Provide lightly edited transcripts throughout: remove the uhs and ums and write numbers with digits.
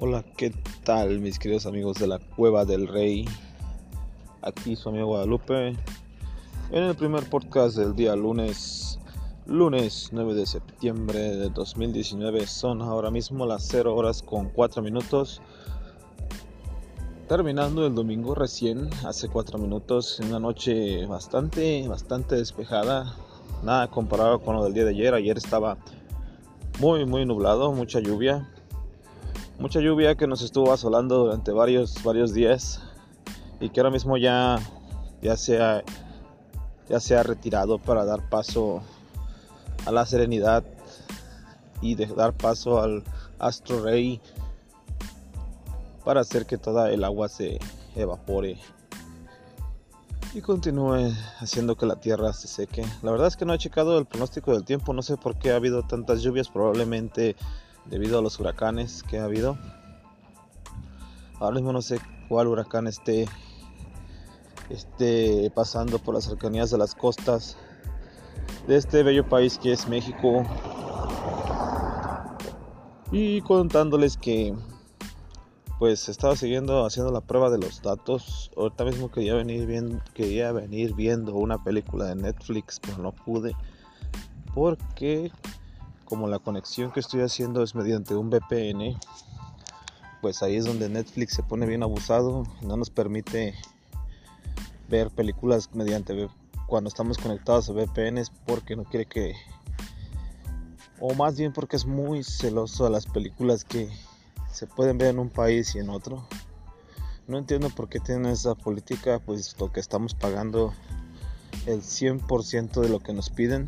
Hola, ¿qué tal mis queridos amigos de la Cueva del Rey? Aquí su amigo Guadalupe en el primer podcast del día lunes 9 de septiembre de 2019. Son ahora mismo las 0:04, terminando el domingo recién, hace 4 minutos, en una noche bastante despejada, nada comparado con lo del día de ayer. Ayer estaba muy nublado, mucha lluvia que nos estuvo asolando durante varios días y que ahora mismo ya se ha retirado para dar paso a la serenidad y de dar paso al astro rey para hacer que toda el agua se evapore y continúe haciendo que la tierra se seque. La verdad es que no he checado el pronóstico del tiempo, no sé por qué ha habido tantas lluvias, probablemente debido a los huracanes que ha habido. Ahora mismo no sé cuál huracán esté pasando por las cercanías de las costas de este bello país que es México, y contándoles que pues estaba haciendo la prueba de los datos. Ahorita mismo quería venir viendo una película de Netflix, pero no pude porque como la conexión que estoy haciendo es mediante un VPN, pues ahí es donde Netflix se pone bien abusado y no nos permite ver películas cuando estamos conectados a VPNs, porque no quiere que, o más bien porque es muy celoso a las películas que se pueden ver en un país y en otro. No entiendo por qué tienen esa política, pues lo que estamos pagando el 100% de lo que nos piden,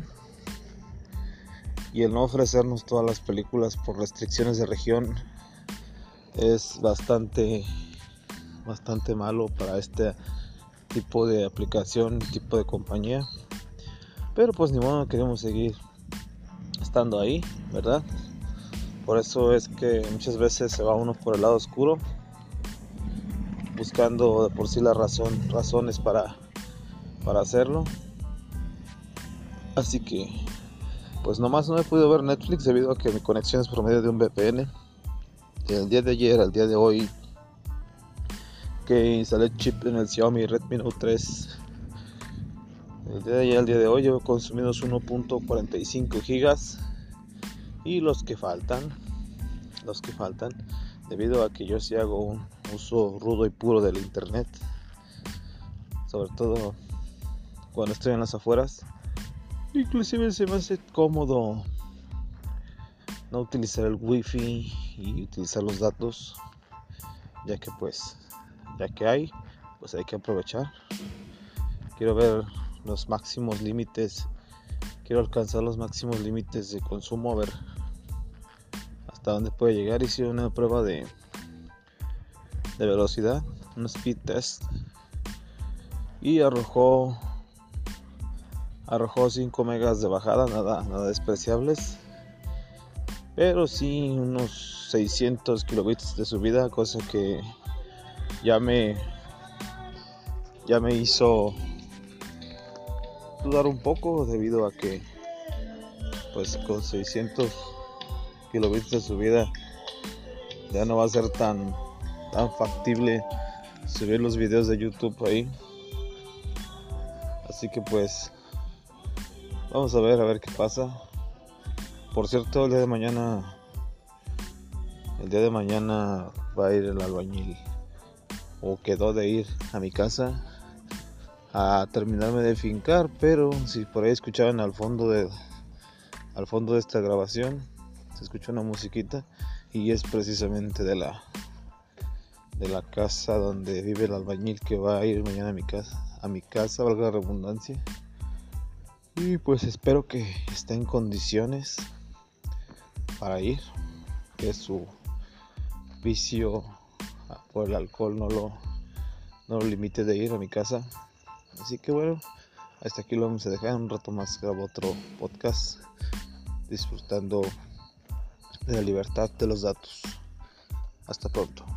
y el no ofrecernos todas las películas por restricciones de región es bastante malo para este tipo de aplicación, tipo de compañía. Pero pues ni modo, queremos seguir estando ahí, ¿verdad? Por eso es que muchas veces se va uno por el lado oscuro, buscando de por sí las razones para hacerlo. Así que pues nomás no he podido ver Netflix debido a que mi conexión es por medio de un VPN. El día de ayer al día de hoy, que instalé chip en el Xiaomi Redmi Note 3, el día de ayer al día de hoy llevo consumidos 1.45 gigas, y los que faltan, debido a que yo sí hago un uso rudo y puro del internet, sobre todo cuando estoy en las afueras. Inclusive se me hace cómodo no utilizar el wifi y utilizar los datos, ya que hay que aprovechar. Quiero alcanzar los máximos límites de consumo, a ver hasta dónde puede llegar. Hice una prueba de velocidad, un speed test, y arrojó 5 megas de bajada, nada despreciables, pero sí unos 600 kilobits de subida, cosa que ya me hizo dudar un poco, debido a que pues con 600 kilobits de subida ya no va a ser tan factible subir los videos de YouTube ahí. Así que pues vamos a ver qué pasa. Por cierto, el día de mañana va a ir el albañil, o quedó de ir a mi casa a terminarme de fincar. Pero si por ahí escuchaban al fondo de esta grabación, se escucha una musiquita, y es precisamente de la casa donde vive el albañil, que va a ir mañana a mi casa, valga la redundancia. Y pues espero que esté en condiciones para ir, que su vicio por el alcohol no lo limite de ir a mi casa. Así que bueno, hasta aquí lo vamos a dejar. Un rato más grabo otro podcast, disfrutando de la libertad de los datos. Hasta pronto.